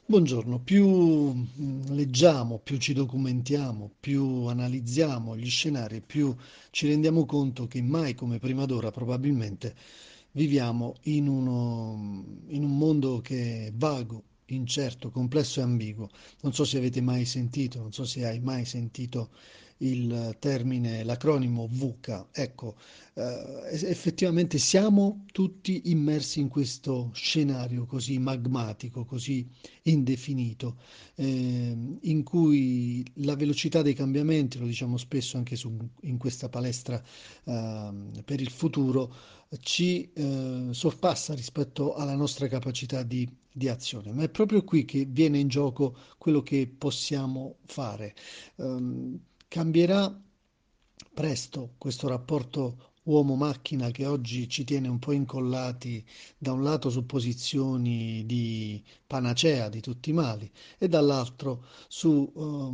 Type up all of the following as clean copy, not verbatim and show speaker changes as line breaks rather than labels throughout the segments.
Buongiorno, più leggiamo, più ci documentiamo, più analizziamo gli scenari, più ci rendiamo conto che mai come prima d'ora probabilmente viviamo in un mondo che è vago, incerto, complesso e ambiguo. Non so se avete mai sentito, non so se hai mai sentito il termine, l'acronimo VUCA. Ecco, effettivamente siamo tutti immersi in questo scenario così magmatico, così indefinito, in cui la velocità dei cambiamenti, lo diciamo spesso anche in questa palestra per il futuro, ci sorpassa rispetto alla nostra capacità di azione. Ma è proprio qui che viene in gioco quello che possiamo fare. Cambierà presto questo rapporto uomo-macchina che oggi ci tiene un po' incollati da un lato su posizioni di panacea di tutti i mali e dall'altro su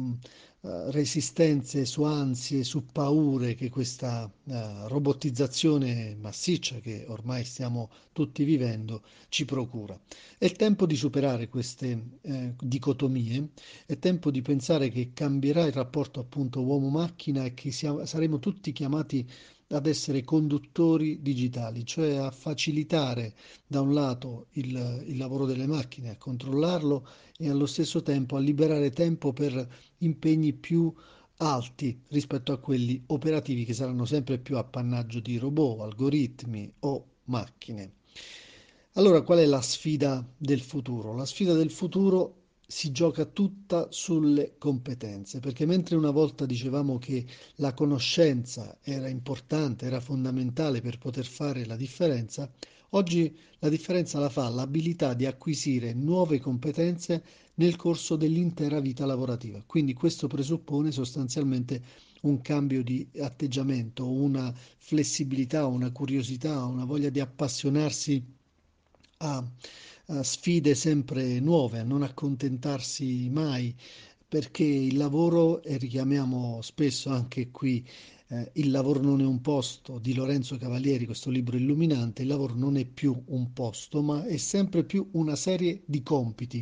resistenze, su ansie, su paure che questa robotizzazione massiccia che ormai stiamo tutti vivendo ci procura. È il tempo di superare queste dicotomie, è tempo di pensare che cambierà il rapporto appunto uomo-macchina e che saremo tutti chiamati ad essere conduttori digitali, cioè a facilitare da un lato il lavoro delle macchine, a controllarlo e allo stesso tempo a liberare tempo per impegni più alti rispetto a quelli operativi che saranno sempre più appannaggio di robot, algoritmi o macchine. Allora, qual è la sfida del futuro? La sfida del futuro si gioca tutta sulle competenze, perché mentre una volta dicevamo che la conoscenza era importante, era fondamentale per poter fare la differenza, oggi la differenza la fa l'abilità di acquisire nuove competenze nel corso dell'intera vita lavorativa. Quindi questo presuppone sostanzialmente un cambio di atteggiamento, una flessibilità, una curiosità, una voglia di appassionarsi a sfide sempre nuove, a non accontentarsi mai, perché il lavoro, e richiamiamo spesso anche qui Il lavoro non è un posto di Lorenzo Cavalieri, questo libro illuminante, il lavoro non è più un posto, ma è sempre più una serie di compiti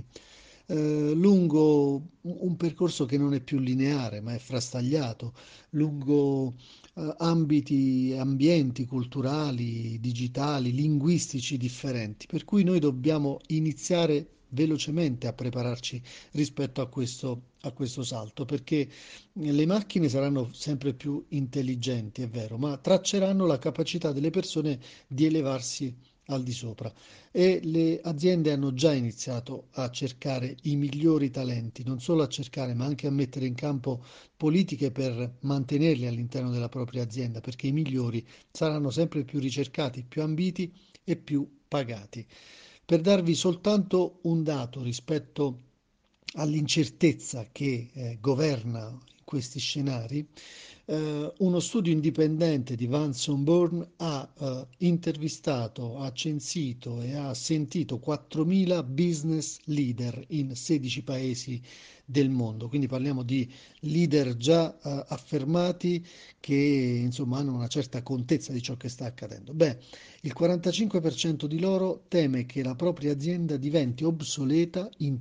lungo un percorso che non è più lineare, ma è frastagliato, lungo ambiti, ambienti culturali, digitali, linguistici differenti, per cui noi dobbiamo iniziare velocemente a prepararci rispetto a questo salto, perché le macchine saranno sempre più intelligenti, è vero, ma tracceranno la capacità delle persone di elevarsi al di sopra e le aziende hanno già iniziato a cercare i migliori talenti, non solo a cercare, ma anche a mettere in campo politiche per mantenerli all'interno della propria azienda, perché i migliori saranno sempre più ricercati, più ambiti e più pagati. Per darvi soltanto un dato rispetto all'incertezza che governa in questi scenari, uno studio indipendente di Vanson Bourne ha intervistato, ha censito e ha sentito 4.000 business leader in 16 paesi del mondo, quindi parliamo di leader già affermati che insomma hanno una certa contezza di ciò che sta accadendo. Beh, il 45% di loro teme che la propria azienda diventi obsoleta in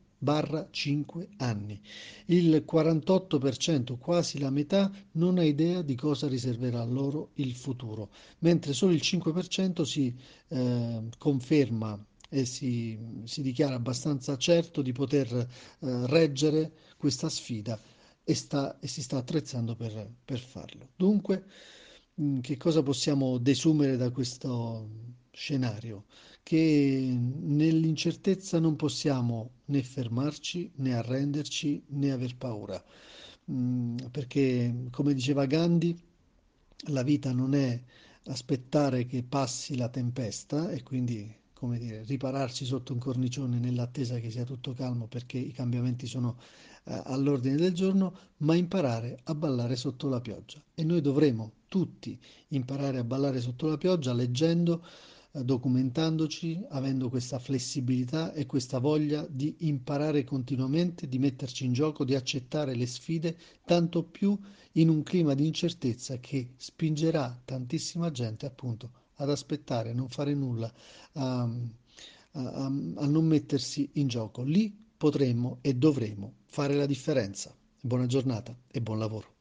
3-5 anni. Il 48%, quasi la metà, non ha idea di cosa riserverà loro il futuro, mentre solo il 5% si conferma e si dichiara abbastanza certo di poter reggere questa sfida e si sta attrezzando per farlo. Dunque, che cosa possiamo desumere da questo scenario? Che nell'incertezza non possiamo né fermarci, né arrenderci, né aver paura. Perché, come diceva Gandhi, la vita non è aspettare che passi la tempesta e quindi, come dire, ripararsi sotto un cornicione nell'attesa che sia tutto calmo perché i cambiamenti sono all'ordine del giorno, ma imparare a ballare sotto la pioggia. E noi dovremo tutti imparare a ballare sotto la pioggia leggendo, documentandoci, avendo questa flessibilità e questa voglia di imparare continuamente, di metterci in gioco, di accettare le sfide, tanto più in un clima di incertezza che spingerà tantissima gente appunto ad aspettare, a non fare nulla, a, a non mettersi in gioco. Lì potremmo e dovremo fare la differenza. Buona giornata e buon lavoro.